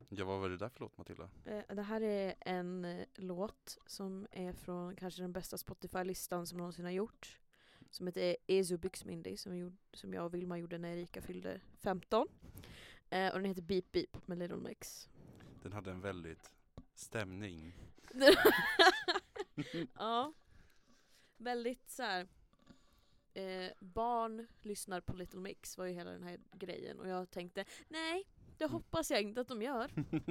Ja, vad var det där för låt, Matilda? Det här är en låt som är från kanske den bästa Spotify-listan som någonsin har gjort. Som heter Ezo Byxmindi som jag och Vilma gjorde när Erika fyllde 15. Och den heter Beep Beep med Little Mix. Den hade en väldigt stämning. Ja. Väldigt så här. Barn lyssnar på Little Mix var ju hela den här grejen. Och jag tänkte, nej, det hoppas jag inte att de gör.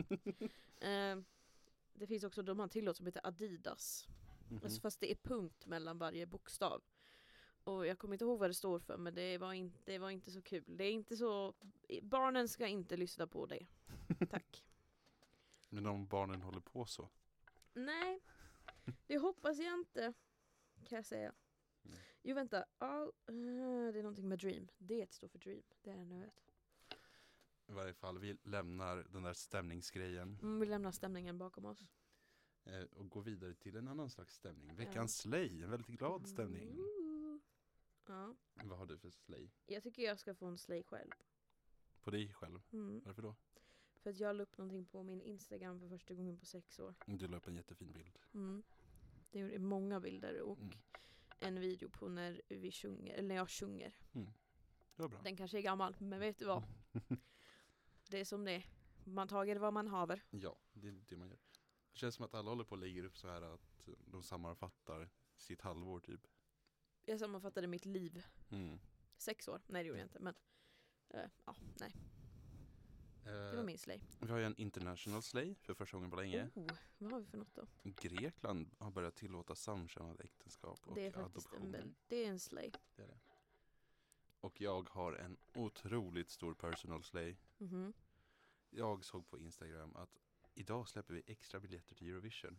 Det finns också de har en till låt som heter Adidas. Alltså, fast det är punkt mellan varje bokstav. Och jag kommer inte ihåg vad det står för, men det var inte så kul. Det är inte så... Barnen ska inte lyssna på det. Tack. Men om barnen håller på så. Nej, det hoppas jag inte, kan jag säga. Jo, vänta. Det är någonting med Dream. Det står för Dream. Det är det jag vet. I varje fall, vi lämnar den där stämningsgrejen. Vi lämnar stämningen bakom oss. Och går vidare till en annan slags stämning. Veckans slay, en väldigt glad stämning. Ja. Vad har du för slay? Jag tycker jag ska få en slay själv. På dig själv? Varför då? För att jag la upp någonting på min Instagram för första gången på 6 år. Du la upp en jättefin bild. Det är många bilder och en video på när jag sjunger. Det var bra. Den kanske är gammal, men vet du vad? Det är som det är. Man tager vad man haver. Ja, det är det man gör. Det känns som att alla håller på och lägger upp så här att de sammanfattar sitt halvår typ. Jag sammanfattade mitt liv. 6 år. Nej, det gjorde jag inte. Men nej. Det var min slay. Vi har ju en international slay för första gången på länge. Vad har vi för något då? Grekland har börjat tillåta samkönade äktenskap och det är faktiskt adoptioner. Det är en slay. Det är det. Och jag har en otroligt stor personal slay. Jag såg på Instagram att idag släpper vi extra biljetter till Eurovision.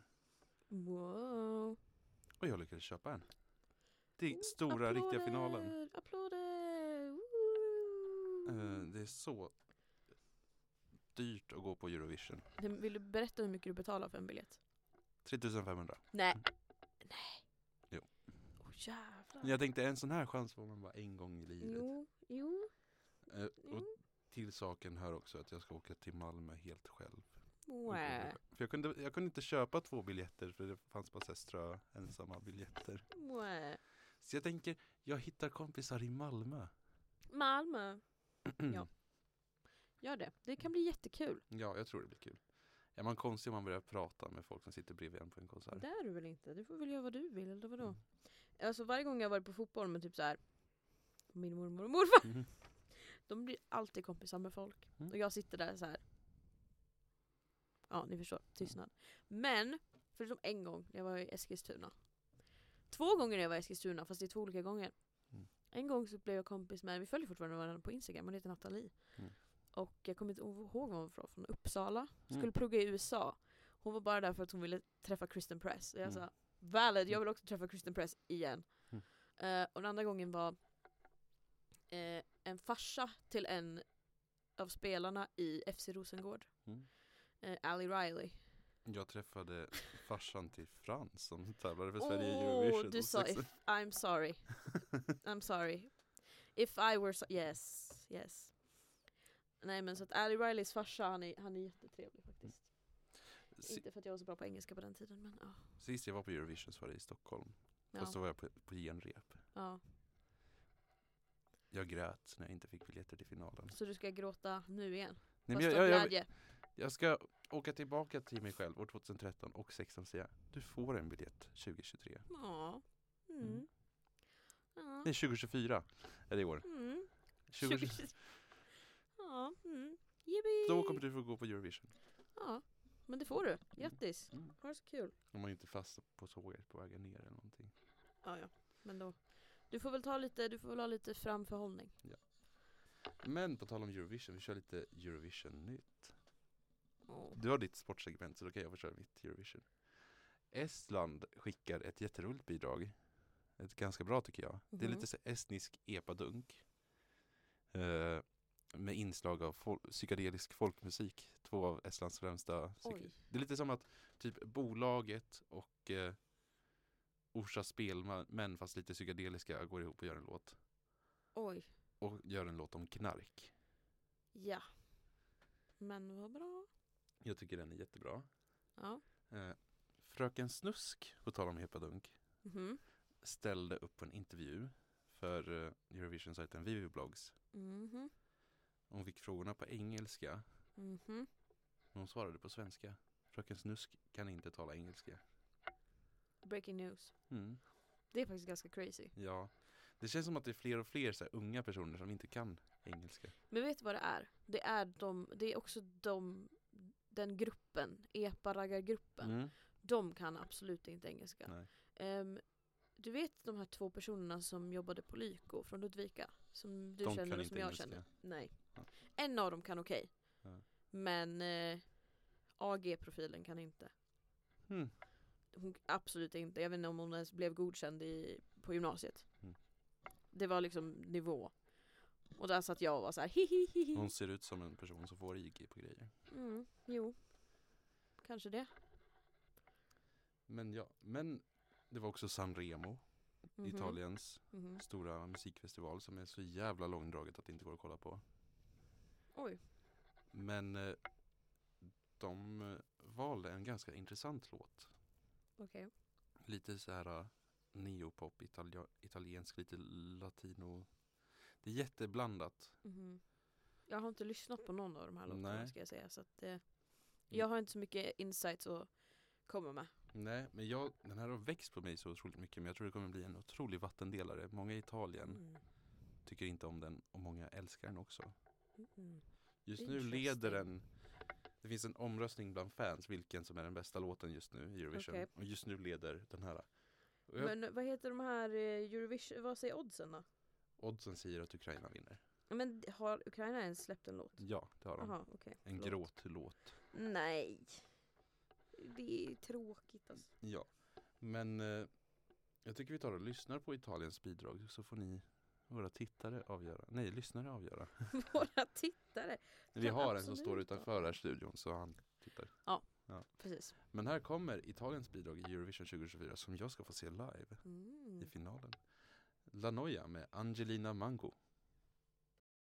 Wow. Och jag lyckades köpa en. Det är stora, riktiga finalen. Applåder! Det är så dyrt att gå på Eurovision. Vill du berätta hur mycket du betalar för en biljett? 3500. Nej. Jo. Jävlar. Jag tänkte en sån här chans får man bara en gång i livet. Jo. Och till saken hör också att jag ska åka till Malmö helt själv. Wow. För jag kunde inte köpa 2 biljetter för det fanns bara strö ensamma biljetter. Wow. Så jag tänker, jag hittar kompisar i Malmö. Malmö. Ja. Gör det. Det kan bli jättekul. Ja, jag tror det blir kul. Är man konstig om man börjar prata med folk som sitter bredvid en på en konsert? Det är du väl inte? Du får väl göra vad du vill, eller vadå? Alltså varje gång jag varit på fotboll med typ så här min mormor och morfar, de blir alltid kompisar med folk. Och jag sitter där så här. Ja, ni förstår. Tystnad. Men, förutom en gång när jag var i Eskilstuna. 2 gånger när jag var i Eskilstuna, fast det är 2 olika gånger. En gång så blev jag kompis med, vi följer fortfarande varandra på Instagram, hon heter Nathalie. Och jag kommer inte ihåg vad hon var från Uppsala. Skulle plugga i USA. Hon var bara där för att hon ville träffa Kristen Press. Och jag sa, valid, jag vill också träffa Kristen Press igen. Och den andra gången var en farsa till en av spelarna i FC Rosengård. Ali Riley. Jag träffade farsan till Frans som tävlade för Sverige i Eurovision. Du sa I'm sorry. I'm sorry. If I were yes. Nej, men så att Ali Rileys farsa, han är jättetrevlig faktiskt. Inte för att jag var så bra på engelska på den tiden, men ja. Sist jag var på Eurovision så var det i Stockholm. Ja. Fast då var jag på genrep. Ja. Jag grät när jag inte fick biljetter till finalen. Så du ska gråta nu igen? Nej, men jag ska åka tillbaka till mig själv år 2013 och 2016 och säga, du får en biljett 2023. Ja. Nej, 2024 är det i år. 2024. Ja. Då kommer du få gå på Eurovision. Ja, men det får du. Grattis. Ha det så kul. Om man inte fast på tåget på vägen ner eller någonting. Ja. Men då du får väl ha lite framförhållning. Ja. Men på tal om Eurovision, vi kör lite Eurovision-nytt. Du har ditt sportsegment så då kan jag få köra mitt Eurovision. Estland skickar ett jätteroligt bidrag. Ett ganska bra tycker jag. Det är lite så estnisk epadunk. Med inslag av psykedelisk folkmusik. 2 av Estlands främsta. Det är lite som att typ bolaget och Orsa spelmän fast lite psykedeliska går ihop och gör en låt. Oj. Och gör en låt om knark. Ja. Men vad bra. Jag tycker den är jättebra. Ja. Fröken Snusk, på tal om Epadunk, Mhm. ställde upp på en intervju för Eurovision-sajten Viviblogs. Mhm. Hon fick frågorna på engelska. Mhm. Hon svarade på svenska. Fröken Snusk kan inte tala engelska. Breaking news. Mm. Det är faktiskt ganska crazy. Ja. Det känns som att det är fler och fler så här, unga personer som inte kan engelska. Men vet du vad det är? Det är också den gruppen, epa-raggargruppen. Mm. De kan absolut inte engelska. Nej. Du vet de här 2 personerna som jobbade på Lyko från Ludvika? Som du De känner kan och inte som jag engelska. känner? Nej. Ja. En av dem kan okej. Ja. Men AG-profilen kan inte. Mm. Hon, absolut inte. Jag vet inte om hon ens blev godkänd på gymnasiet. Mm. Det var liksom nivå. Och där satt jag och var så här hihihihi. Hon ser ut som en person som får IG på grejer. Jo. Kanske det. Men ja, men det var också Sanremo, Mhm. Italiens Mhm. stora musikfestival som är så jävla långdraget att det inte går att kolla på. Oj. Men de valde en ganska intressant låt. Okej. Lite så här neopop, italiensk, lite latino. Det är jätteblandat. Mhm. Jag har inte lyssnat på någon av de här låtarna Nej. ska jag säga. Så att, jag har inte så mycket insights att komma med. Nej, men den här har växt på mig så otroligt mycket. Men jag tror det kommer bli en otrolig vattendelare. Många i Italien Mm. tycker inte om den och många älskar den också. Mm. Just nu Interesting. leder den. Det finns en omröstning bland fans vilken som är den bästa låten just nu i Eurovision. Okej. Och just nu leder den här. Och Men vad heter de här Eurovision, vad säger oddsen då? oddsen säger att Ukraina vinner. Men har Ukraina ens släppt en låt? Ja, det har de. Jaha, okej. En förlåt. gråtlåt. Nej. Det är tråkigt alltså. Ja, men jag tycker vi tar och lyssnar på Italiens bidrag så får ni, våra tittare, avgöra. Nej, lyssnare avgöra. Våra tittare. Vi Kan har en som absolut står utanför avgöra. här studion så han tittar. Precis. Men här kommer Italiens bidrag i Eurovision 2024 som jag ska få se live i Mm. finalen. La Noia med Angelina Mango.